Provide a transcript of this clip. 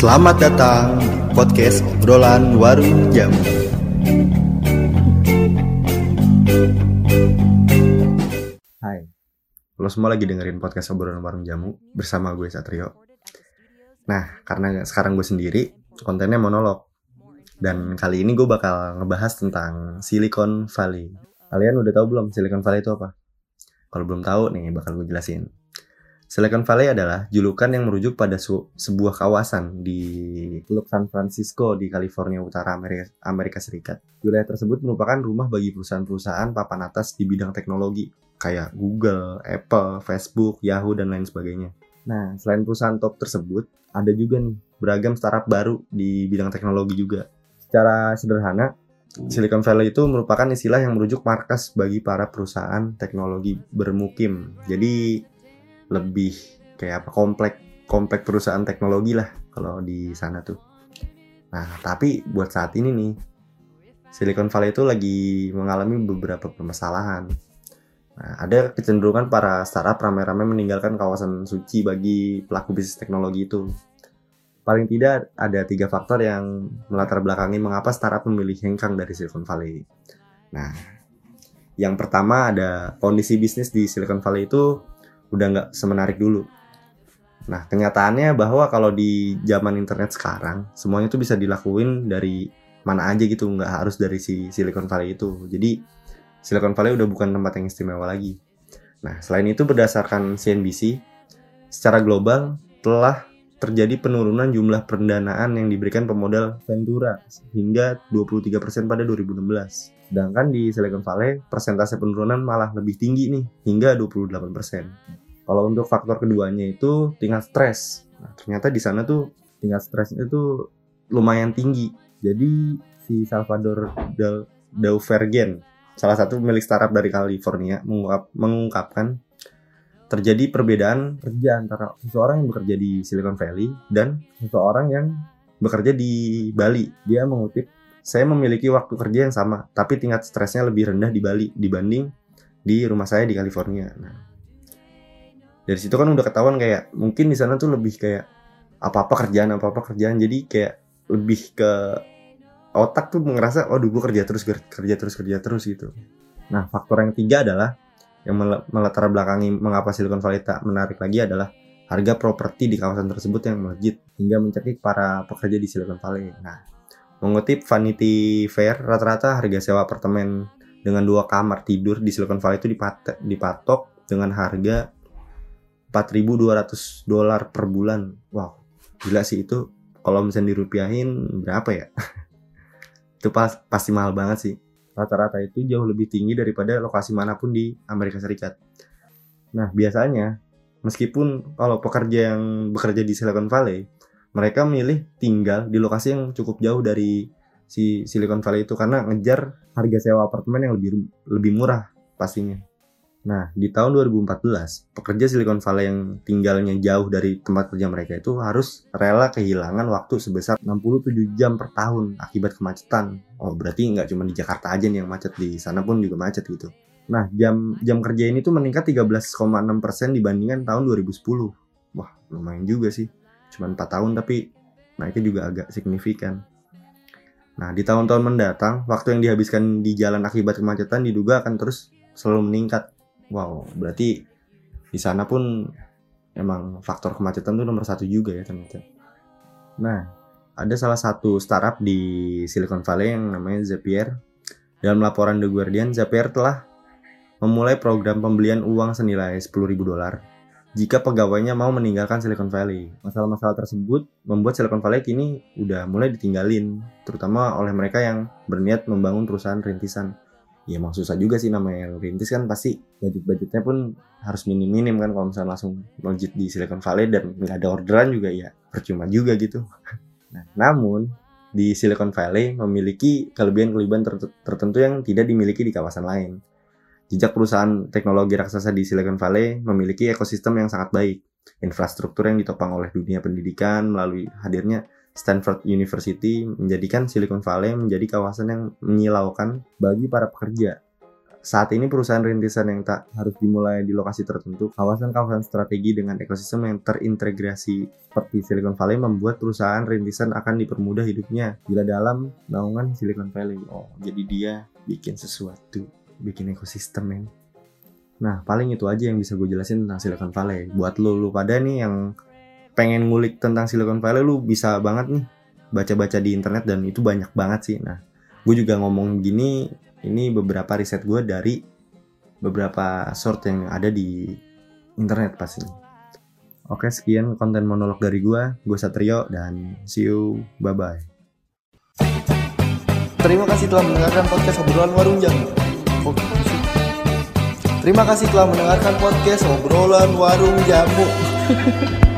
Selamat datang di podcast obrolan warung jamu. Hai, lo semua lagi dengerin podcast obrolan warung jamu bersama gue Satrio. Nah, karena sekarang gue sendiri, kontennya monolog. Dan kali ini gue bakal ngebahas tentang Silicon Valley. Kalian udah tahu belum Silicon Valley itu apa? Kalau belum tahu nih, bakal gue jelasin. Silicon Valley adalah julukan yang merujuk pada sebuah kawasan di Teluk San Francisco di California Utara, Amerika Serikat. Wilayah tersebut merupakan rumah bagi perusahaan-perusahaan papan atas di bidang teknologi, kayak Google, Apple, Facebook, Yahoo, dan lain sebagainya. Nah, selain perusahaan top tersebut, ada juga nih beragam startup baru di bidang teknologi juga. Secara sederhana, Silicon Valley itu merupakan istilah yang merujuk markas bagi para perusahaan teknologi bermukim. Jadi lebih kayak apa, komplek perusahaan teknologi lah kalau di sana tuh. Nah, tapi buat saat ini nih, Silicon Valley itu lagi mengalami beberapa permasalahan. Nah, ada kecenderungan para startup ramai-ramai meninggalkan kawasan suci bagi pelaku bisnis teknologi itu. Paling tidak ada 3 faktor yang melatar belakangi mengapa startup memilih hengkang dari Silicon Valley. Nah, yang pertama ada kondisi bisnis di Silicon Valley itu udah nggak semenarik dulu. Nah, kenyataannya bahwa kalau di zaman internet sekarang, semuanya itu bisa dilakuin dari mana aja gitu, nggak harus dari si Silicon Valley itu. Jadi, Silicon Valley udah bukan tempat yang istimewa lagi. Nah, selain itu berdasarkan CNBC, secara global telah terjadi penurunan jumlah pendanaan yang diberikan pemodal Ventura hingga 23% pada 2016. Sedangkan di Silicon Valley, persentase penurunan malah lebih tinggi nih, hingga 28%. Kalau untuk faktor keduanya itu tingkat stres. Nah, ternyata di sana tuh tingkat stresnya itu lumayan tinggi. Jadi si Salvador Dauvergen, salah satu pemilik startup dari California, mengungkapkan terjadi perbedaan kerja antara seseorang yang bekerja di Silicon Valley dan seseorang yang bekerja di Bali. Dia mengutip, "Saya memiliki waktu kerja yang sama, tapi tingkat stresnya lebih rendah di Bali dibanding di rumah saya di California." Nah, dari situ kan udah ketahuan kayak mungkin di sana tuh lebih kayak apa-apa kerjaan, jadi kayak lebih ke otak tuh ngerasa, oh gue kerja terus gitu. Nah, faktor yang ketiga adalah yang melatar belakangi mengapa Silicon Valley tak menarik lagi adalah harga properti di kawasan tersebut yang melejit hingga mencekik para pekerja di Silicon Valley. Nah, mengutip Vanity Fair, rata-rata harga sewa apartemen dengan 2 kamar tidur di Silicon Valley itu dipatok dengan harga $4.200 per bulan. Wow, gila sih itu. Kalau misalnya dirupiahin berapa ya? Itu pasti mahal banget sih. Rata-rata itu jauh lebih tinggi daripada lokasi manapun di Amerika Serikat. Nah, biasanya meskipun kalau pekerja yang bekerja di Silicon Valley, mereka memilih tinggal di lokasi yang cukup jauh dari si Silicon Valley itu karena ngejar harga sewa apartemen yang lebih murah pastinya. Nah, di tahun 2014, pekerja Silicon Valley yang tinggalnya jauh dari tempat kerja mereka itu harus rela kehilangan waktu sebesar 67 jam per tahun akibat kemacetan. Oh, berarti nggak cuma di Jakarta aja nih yang macet, di sana pun juga macet gitu. Nah, jam kerja ini tuh meningkat 13,6% dibandingkan tahun 2010. Wah, lumayan juga sih. Cuma 4 tahun tapi naiknya juga agak signifikan. Nah, di tahun-tahun mendatang, waktu yang dihabiskan di jalan akibat kemacetan diduga akan terus selalu meningkat. Wow, berarti di sana pun emang faktor kemacetan tuh nomor 1 juga ya ternyata. Nah, ada salah satu startup di Silicon Valley yang namanya Zapier. Dalam laporan The Guardian, Zapier telah memulai program pembelian uang senilai $10.000 jika pegawainya mau meninggalkan Silicon Valley. Masalah-masalah tersebut membuat Silicon Valley kini udah mulai ditinggalin, terutama oleh mereka yang berniat membangun perusahaan rintisan. Ya emang susah juga sih, namanya yang rintis kan pasti budget-budgetnya pun harus minim-minim kan kalau misalnya langsung melejit di Silicon Valley dan nggak ada orderan juga ya percuma juga gitu. Nah, namun di Silicon Valley memiliki kelebihan-kelebihan tertentu yang tidak dimiliki di kawasan lain. Jejak perusahaan teknologi raksasa di Silicon Valley memiliki ekosistem yang sangat baik, infrastruktur yang ditopang oleh dunia pendidikan melalui hadirnya Stanford University menjadikan Silicon Valley menjadi kawasan yang menyilaukan bagi para pekerja. Saat ini perusahaan rintisan yang tak harus dimulai di lokasi tertentu, kawasan-kawasan strategi dengan ekosistem yang terintegrasi seperti Silicon Valley membuat perusahaan rintisan akan dipermudah hidupnya bila dalam naungan Silicon Valley. Oh, jadi dia bikin sesuatu, bikin ekosistem men. Nah, paling itu aja yang bisa gue jelasin tentang Silicon Valley. Buat lu pada nih yang pengen ngulik tentang Silicon Valley, lu bisa banget nih baca-baca di internet dan itu banyak banget sih. Nah, gue juga ngomong gini, ini beberapa riset gue dari beberapa source yang ada di internet pastinya. Oke, sekian konten monolog dari gue Satrio, dan see you, bye-bye. Terima kasih telah mendengarkan podcast obrolan warung jamu. Terima kasih telah mendengarkan podcast obrolan warung jamu.